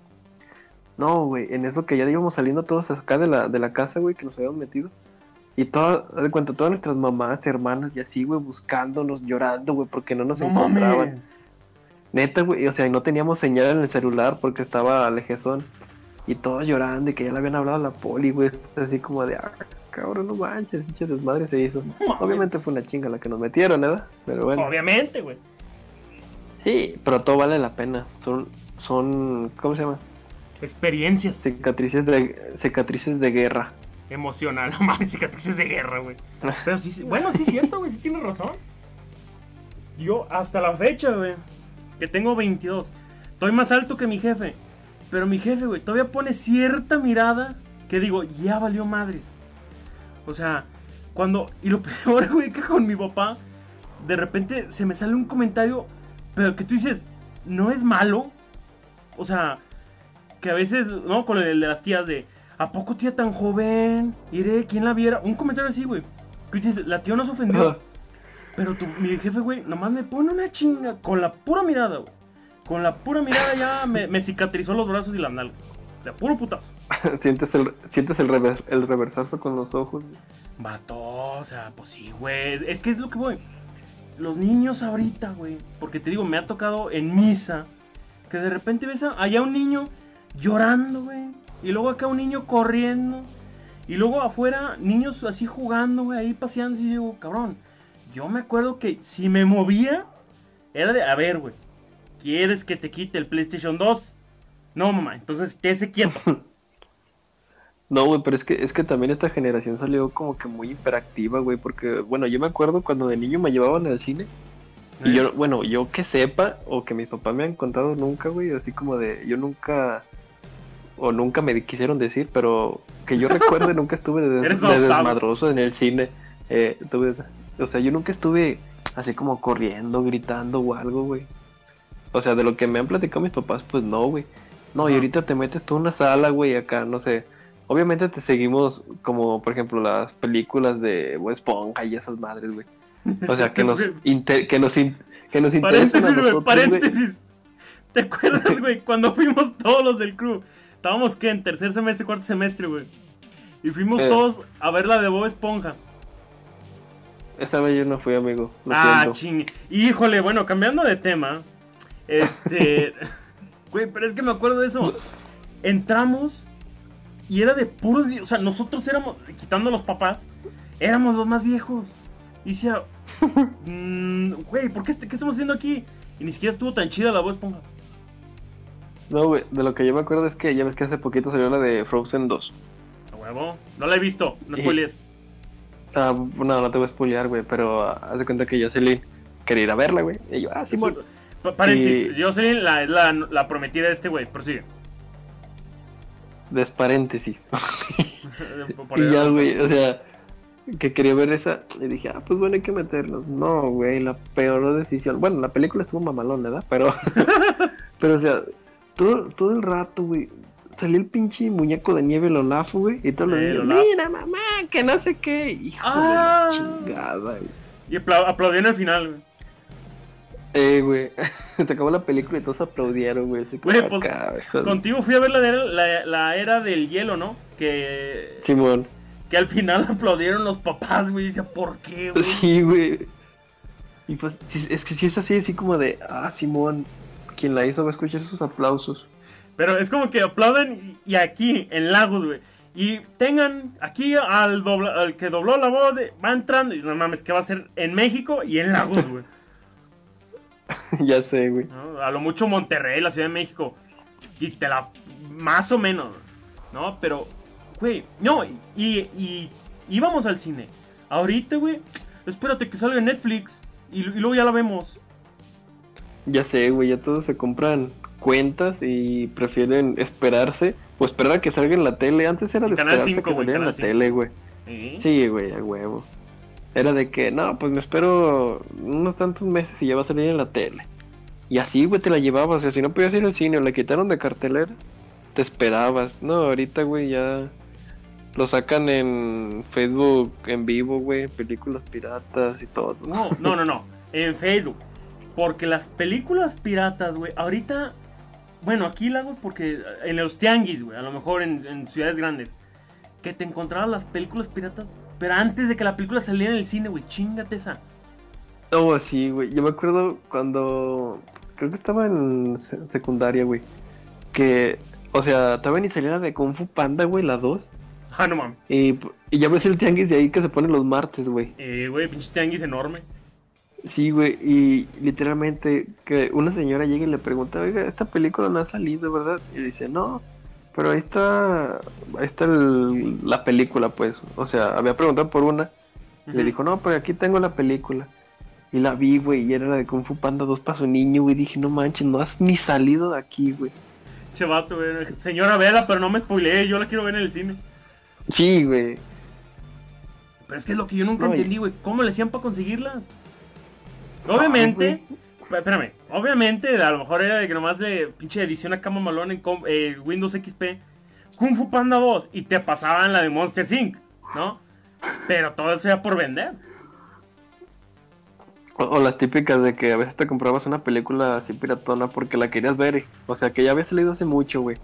No, güey, en eso que ya íbamos saliendo todos acá de la casa, güey, que nos habíamos metido. Y haz de cuenta, todas nuestras mamás, hermanas y así, güey, buscándonos, llorando, güey, porque no nos encontraban. Mames. Neta, güey, o sea, y no teníamos señal en el celular porque estaba lejezón. Y todos llorando y que ya le habían hablado a la poli, güey. Así como de, cabrón, no manches, pinche desmadre se hizo. Mames. Obviamente fue una chinga la que nos metieron, ¿verdad? Pero bueno. Obviamente, güey. Sí, pero todo vale la pena. Son, ¿cómo se llama? Experiencias. Cicatrices de guerra. Emocional, no mames, cicatrices de guerra, güey. Pero sí, bueno, sí es cierto, güey, sí tienes razón. Yo, hasta la fecha, güey, que tengo 22, estoy más alto que mi jefe. Pero mi jefe, güey, todavía pone cierta mirada que digo, ya valió madres. O sea, y lo peor, güey, que con mi papá, de repente se me sale un comentario, pero que tú dices, no es malo. O sea, que a veces, ¿no? Con el de las tías de, ¿a poco tía tan joven? Iré, ¿quién la viera? Un comentario así, güey. Que dices, la tía no se ofendió. Pero mi jefe, güey, nomás me pone una chinga con la pura mirada, güey. Con la pura mirada ya me cicatrizó los brazos y las nalgas. De puro putazo. Sientes el reversazo con los ojos. Vato, o sea, pues sí, güey. Es que es lo que voy. Los niños ahorita, güey. Porque te digo, me ha tocado en misa que de repente ves allá un niño llorando, güey. Y luego acá un niño corriendo. Y luego afuera niños así jugando, güey, ahí paseando. Y digo, cabrón, yo me acuerdo que si me movía, era de, a ver, güey, ¿quieres que te quite el PlayStation 2? No, mamá, entonces quédese quieto. No, güey, pero es que también esta generación salió como que muy hiperactiva, güey, porque, bueno, yo me acuerdo cuando de niño me llevaban al cine, y yo que sepa, o que mis papás me han contado nunca, güey, así como de, yo nunca, o nunca me quisieron decir, pero que yo recuerde, nunca estuve de desmadroso en el cine, o sea, yo nunca estuve así como corriendo, gritando o algo, güey. O sea, de lo que me han platicado mis papás, pues no, güey. No, y ahorita te metes tú en una sala, güey, acá, no sé. Obviamente te seguimos como, por ejemplo, las películas de Bob Esponja y esas madres, güey. O sea, que nos interesan a Paréntesis, nosotros, güey, paréntesis. ¿Te acuerdas, güey, cuando fuimos todos los del crew? Estábamos, ¿qué? En tercer semestre, cuarto semestre, güey. Y fuimos todos a ver la de Bob Esponja. Esa vez yo no fui, amigo. Chingue. Híjole, bueno, cambiando de tema. Güey, pero es que me acuerdo de eso. Entramos y era de puros. O sea, nosotros éramos, quitando a los papás, éramos los más viejos. Y decía, güey, ¿por qué estamos haciendo aquí? Y ni siquiera estuvo tan chida la Bob Esponja. No, güey, de lo que yo me acuerdo es que ya ves que hace poquito salió la de Frozen 2. A huevo, no la he visto, no spoilees. No te voy a spoilear, güey, pero haz de cuenta que Jocelyn quería ir a verla, güey. Y yo, Simón. Paréntesis, Jocelyn la prometida de este güey, prosigue. Desparéntesis. Y ya, güey, o sea, que quería ver esa. Y dije, pues bueno, hay que meternos. No, güey, la peor decisión. Bueno, la película estuvo mamalón, ¿verdad? Pero, o sea, todo el rato, güey, salió el pinche muñeco de nieve, el Olaf, güey, y todos los niños, mira, mamá, que no sé qué. Hijo de la chingada, güey. Y aplaudieron al final, güey. Güey, se acabó la película y todos aplaudieron, güey. Güey, pues, contigo fui a ver la era del hielo, ¿no? Simón. Que al final aplaudieron los papás, güey. Dice, ¿por qué, güey? Sí, güey. Y pues, es que si es así como de, Simón, quien la hizo va a escuchar sus aplausos. Pero es como que aplauden y aquí, en Lagos, güey. Y tengan aquí al que dobló la voz, va entrando. Y no mames, ¿qué va a ser en México y en Lagos, güey? Ya sé, güey. ¿No? A lo mucho Monterrey, la Ciudad de México. Y más o menos, ¿no? Pero, güey, no, y íbamos al cine. Ahorita, güey, espérate que salga en Netflix. Y luego ya la vemos. Ya sé, güey, ya todos se compran cuentas y prefieren esperarse o esperar a que salga en la tele. Antes era de esperarse 5, que saliera en la tele, güey. Sí, güey, a huevo. Era de que, no, pues me espero unos tantos meses y ya va a salir en la tele. Y así, güey, te la llevabas. O sea, si no podías ir al cine o la quitaron de cartelera, te esperabas. No, ahorita, güey, ya lo sacan en Facebook en vivo, güey, películas piratas y todo. No. En Facebook. Porque las películas piratas, güey, ahorita... Bueno, aquí lagos porque en los tianguis, güey, a lo mejor en ciudades grandes. Que te encontrabas las películas piratas, pero antes de que la película saliera en el cine, güey, chingate esa. Oh, sí, güey. Yo me acuerdo cuando... Creo que estaba en secundaria, güey. Que, o sea, todavía ni saliera de Kung Fu Panda, güey, la 2. Ah, no mames. Y ya ves el tianguis de ahí que se pone los martes, güey. Güey, pinche tianguis enorme. Sí, güey, y literalmente que una señora llega y le pregunta, oiga, esta película no ha salido, ¿verdad? Y dice, no, pero ahí está la película, pues. O sea, había preguntado por una. Y le dijo, no, pero aquí tengo la película. Y la vi, güey, y era la de Kung Fu Panda 2 para su niño, güey. Dije, no manches, no has ni salido de aquí, güey. Che vato, güey. Señora, véala, pero no me spoileé, yo la quiero ver en el cine. Sí, güey. Pero es que es lo que yo nunca No, entendí, güey. ¿Cómo le hacían para conseguirlas? Obviamente, espérame, obviamente, a lo mejor era de que nomás de pinche edición acá mamalón en Windows XP, Kung Fu Panda 2, y te pasaban la de Monster Inc., ¿no? Pero todo eso era por vender. O las típicas de que a veces te comprabas una película así piratona porque la querías ver. O sea, que ya había salido hace mucho, güey.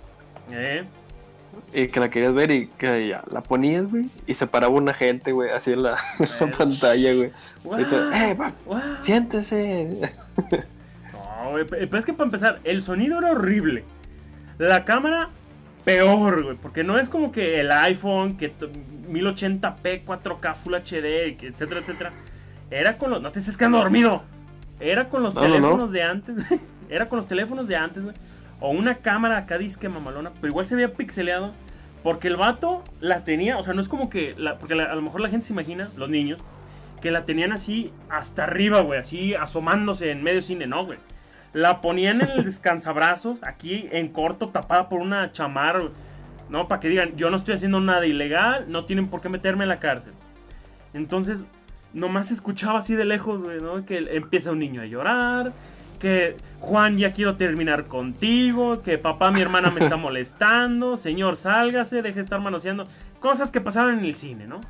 Y que la querías ver y que ya la ponías, güey. Y se paraba una gente, güey, así en la pantalla, güey. Y tú, siéntese. No, güey, pero es que para empezar, el sonido era horrible. La cámara, peor, güey. Porque no es como que el iPhone, que 1080p, 4K, Full HD, etcétera, etcétera. Era con los... No te estés quedando dormido. Era con los teléfonos de antes. Era con los teléfonos de antes, güey. O una cámara acá disque mamalona. Pero igual se veía pixeleado. Porque el vato la tenía... O sea, no es como que... Porque a lo mejor la gente se imagina, los niños, que la tenían así hasta arriba, güey. Así asomándose en medio cine. No, güey. La ponían en el descansabrazos. Aquí en corto, tapada por una chamarra. No, para que digan, yo no estoy haciendo nada ilegal. No tienen por qué meterme en la cárcel. Entonces... Nomás se escuchaba así de lejos, güey, ¿no? Que empieza un niño a llorar, que Juan, ya quiero terminar contigo, que papá, mi hermana me está molestando, señor, sálgase, deje de estar manoseando. Cosas que pasaban en el cine, ¿no?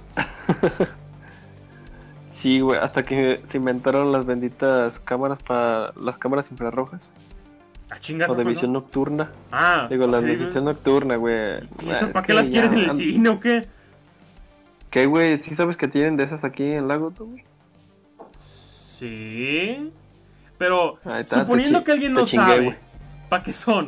Sí, güey, hasta que se inventaron las benditas cámaras para las cámaras infrarrojas. ¿A chingas? O de visión nocturna. Ah, digo, las de visión nocturna, güey. ¿Y esas para qué las quieres en el cine o qué? ¿Qué, güey? ¿Sí sabes que tienen de esas aquí en Lago, güey? Sí. Pero, está, suponiendo que alguien no sabe, ¿para qué son?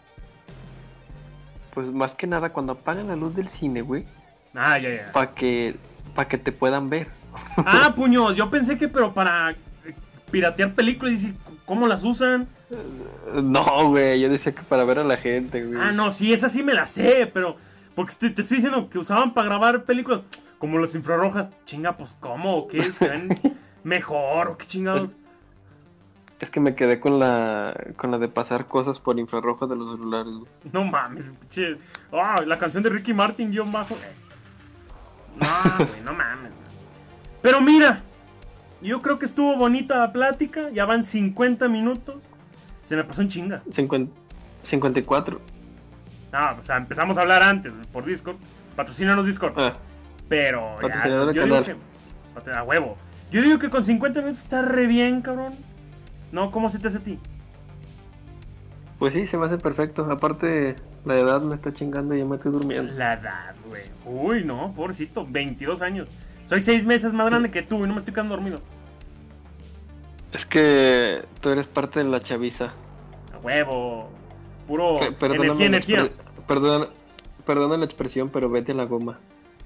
Pues más que nada, cuando apagan la luz del cine, güey. Ya. Para que te puedan ver. Puños, yo pensé que, pero para piratear películas, y ¿cómo las usan? No, güey, yo decía que para ver a la gente, güey. No, sí, esa sí me la sé, pero... Porque te estoy diciendo que usaban para grabar películas como las infrarrojas. Chinga, pues, ¿cómo? ¿O qué? ¿Se ven mejor? ¿O qué chingados? Es que me quedé con la de pasar cosas por infrarrojas de los celulares, güey. No mames, pinche... la canción de Ricky Martin, guión bajo. No, güey, no mames. Pero mira, yo creo que estuvo bonita la plática. Ya van 50 minutos. Se me pasó en chinga. 54. O sea, empezamos a hablar antes por Discord. Patrocínanos Discord. Pero ya, yo digo que... A huevo. Yo digo que con 50 minutos está re bien, cabrón. ¿No? ¿Cómo se te hace a ti? Pues sí, se me hace perfecto. Aparte, la edad me está chingando y ya me estoy durmiendo. La edad, güey. Uy, no, pobrecito. 22 años. Soy 6 meses más grande que tú y no me estoy quedando dormido. Es que tú eres parte de la chaviza. A huevo. Puro energía. Perdona la expresión, pero vete a la goma.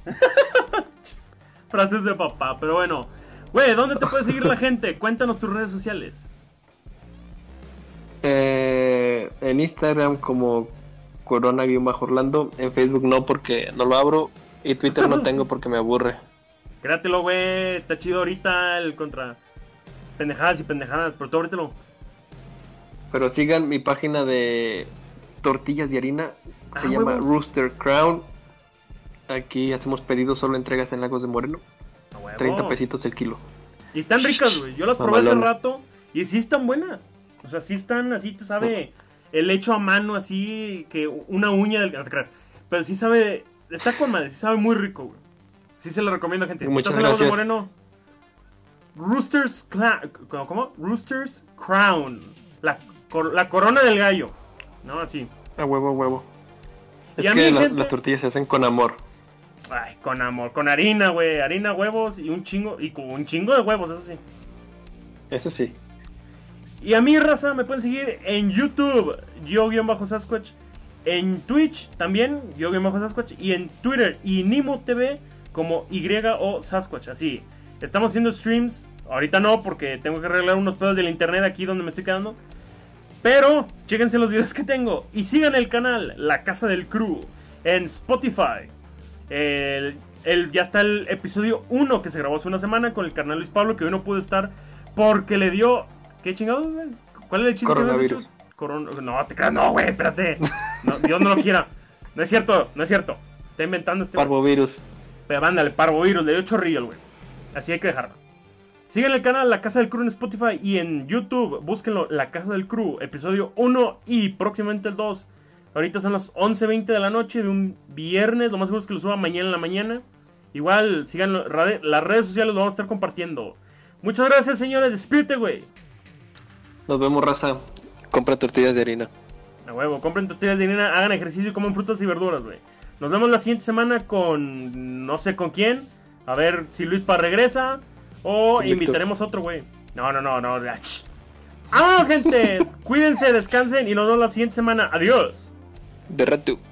Frases de papá, pero bueno. Güey, ¿dónde te puede seguir la gente? Cuéntanos tus redes sociales. En Instagram como Corona-Orlando. En Facebook no, porque no lo abro. Y Twitter no tengo porque me aburre. Créatelo, güey. Está chido ahorita el contra pendejadas y pendejadas, pero tú ábretelo. Pero sigan mi página de tortillas de harina. Se llama Rooster Crown. Aquí hacemos pedidos, solo entregas en Lagos de Moreno. 30 pesitos el kilo. Y están ricas, güey. Yo las probé hace rato y sí están buenas. O sea, sí están así, te sabe el hecho a mano, así que una uña del... Pero sí sabe, está con madre, sí sabe muy rico, güey. Sí se lo recomiendo a gente. Muchas ¿Estás en la voz de gracias. Moreno? ¿Cómo? Rooster's Crown. La corona del gallo. No, así. A huevo, a huevo. Y Es a que mí, gente- las tortillas se hacen con amor. Ay, con amor. Con harina, güey. Harina, huevos y un chingo. Y con un chingo de huevos, eso sí. Eso sí. Y a mi raza me pueden seguir en YouTube, yo-Sasquatch. En Twitch también, yo-Sasquatch. Y en Twitter y Nimo TV como Y-O Sasquatch. Así. Estamos haciendo streams. Ahorita no, porque tengo que arreglar unos pedos del internet aquí donde me estoy quedando. Pero, chéquense los videos que tengo. Y sigan el canal La Casa del Crew en Spotify. Ya está el episodio 1 que se grabó hace una semana con el carnal Luis Pablo, que hoy no pudo estar porque le dio... ¿Qué chingados, güey? ¿Cuál es el chiste que me has Coronavirus. dicho? No, te creas, no, güey, espérate. No, Dios no lo quiera. No es cierto, no es cierto. Está inventando este... Parvovirus. Pero mándale, parvovirus, le dio chorrillo, güey. Así hay que dejarlo. Sigan el canal La Casa del Crew en Spotify y en YouTube. Búsquenlo, La Casa del Crew, episodio 1 y próximamente el 2. Ahorita son las 11:20 de la noche de un viernes. Lo más seguro es que lo suba mañana en la mañana. Igual, sigan las redes sociales, lo vamos a estar compartiendo. Muchas gracias, señores. Despídete, güey. Nos vemos, raza. Compra tortillas de harina. A huevo, compren tortillas de harina, hagan ejercicio y coman frutas y verduras, güey. Nos vemos la siguiente semana con... no sé con quién. A ver si Luis Pa regresa. O Con Víctor. invitaremos a otro, güey. No. ¡Vámonos, gente! Cuídense, descansen y nos vemos la siguiente semana. Adiós. De rato.